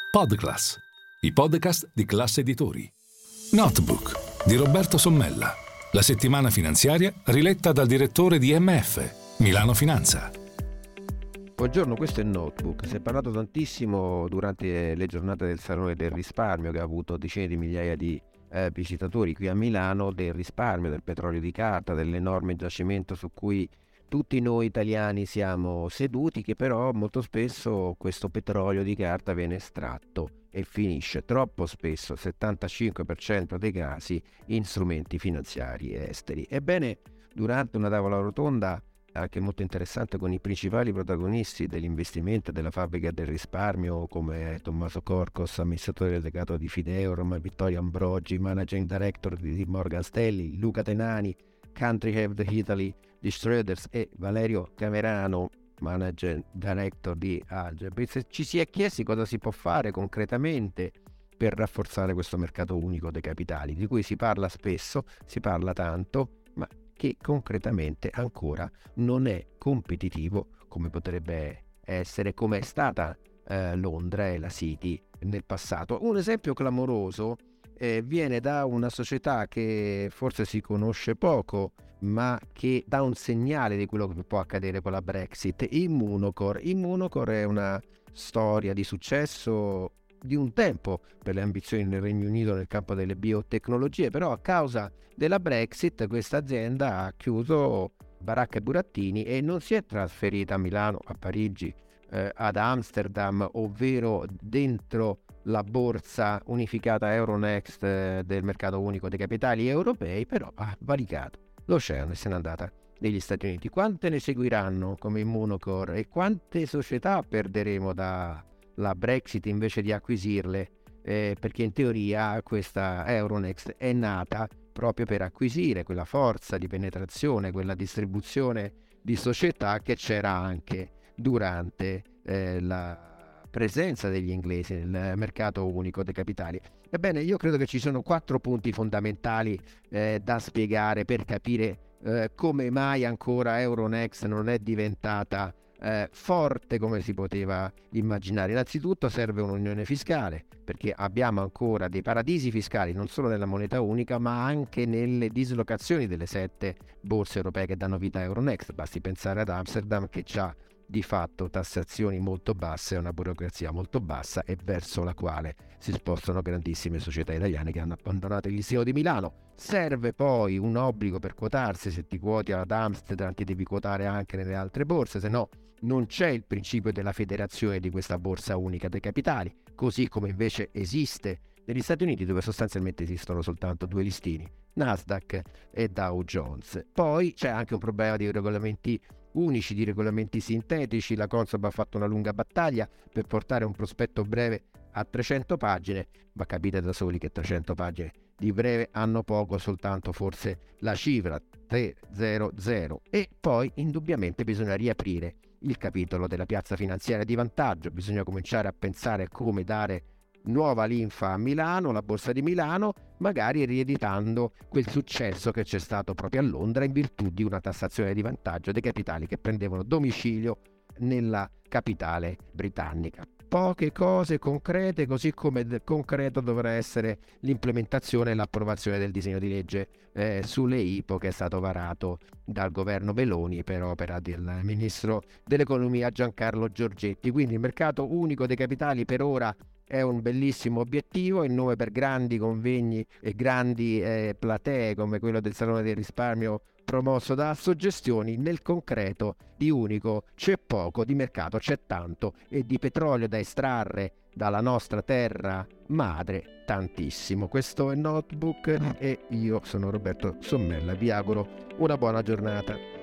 Podclass, i podcast di Classe Editori. Notebook di Roberto Sommella, la settimana finanziaria riletta dal direttore di MF, Milano Finanza. Buongiorno, questo è Notebook. Si è parlato tantissimo durante le giornate del Salone del Risparmio, che ha avuto decine di migliaia di visitatori qui a Milano, del risparmio, del petrolio di carta, dell'enorme giacimento su cui tutti noi italiani siamo seduti, che però molto spesso questo petrolio di carta viene estratto e finisce troppo spesso, 75% dei casi, in strumenti finanziari esteri. Ebbene, durante una tavola rotonda anche molto interessante con i principali protagonisti dell'investimento della fabbrica del risparmio, come Tommaso Corcos, amministratore delegato di Fideorum, Vittorio Ambrogi, managing director di Morgan Stanley, Luca Tenani, country head Italy di Schroders, e Valerio Camerano, manager director di Algebris, ci si è chiesti cosa si può fare concretamente per rafforzare questo mercato unico dei capitali, di cui si parla spesso, si parla tanto, ma che concretamente ancora non è competitivo come potrebbe essere, come è stata Londra e la City nel passato. Un esempio clamoroso viene da una società che forse si conosce poco, ma che dà un segnale di quello che può accadere con la Brexit. Immunocore è una storia di successo di un tempo per le ambizioni del Regno Unito nel campo delle biotecnologie, però a causa della Brexit questa azienda ha chiuso baracca e burattini e non si è trasferita a Milano, a Parigi, ad Amsterdam, ovvero dentro la borsa unificata Euronext del mercato unico dei capitali europei, però ha valicato l'oceano e se n'è andata negli Stati Uniti. Quante ne seguiranno come Immunocore e quante società perderemo dalla Brexit invece di acquisirle? Perché in teoria questa Euronext è nata proprio per acquisire quella forza di penetrazione, quella distribuzione di società che c'era anche durante la presenza degli inglesi nel mercato unico dei capitali. Ebbene, io credo che ci sono 4 punti fondamentali da spiegare per capire come mai ancora Euronext non è diventata forte come si poteva immaginare. Innanzitutto serve un'unione fiscale, perché abbiamo ancora dei paradisi fiscali non solo nella moneta unica ma anche nelle dislocazioni delle 7 borse europee che danno vita a Euronext. Basti pensare ad Amsterdam, che già di fatto tassazioni molto basse e una burocrazia molto bassa, e verso la quale si spostano grandissime società italiane che hanno abbandonato il listino di Milano. Serve poi un obbligo per quotarsi: se ti quoti ad Amsterdam ti devi quotare anche nelle altre borse, se no non c'è il principio della federazione di questa borsa unica dei capitali, così come invece esiste negli Stati Uniti, dove sostanzialmente esistono soltanto 2 listini, Nasdaq e Dow Jones. Poi c'è anche un problema di regolamenti unici, di regolamenti sintetici. La Consob ha fatto una lunga battaglia per portare un prospetto breve a 300 pagine, ma capite da soli che 300 pagine di breve hanno poco, soltanto forse la cifra 300. E poi indubbiamente bisogna riaprire il capitolo della piazza finanziaria di vantaggio, bisogna cominciare a pensare a come dare nuova linfa a Milano, la borsa di Milano, magari rieditando quel successo che c'è stato proprio a Londra in virtù di una tassazione di vantaggio dei capitali che prendevano domicilio nella capitale britannica. Poche cose concrete, così come concreto dovrà essere l'implementazione e l'approvazione del disegno di legge sulle IPO, che è stato varato dal governo Meloni per opera del ministro dell'economia Giancarlo Giorgetti. Quindi il mercato unico dei capitali per ora è un bellissimo obiettivo, in nome per grandi convegni e grandi platee come quello del Salone del Risparmio promosso da Assogestioni. Nel concreto di unico c'è poco, di mercato c'è tanto, e di petrolio da estrarre dalla nostra terra madre tantissimo. Questo è Notebook e io sono Roberto Sommella, vi auguro una buona giornata.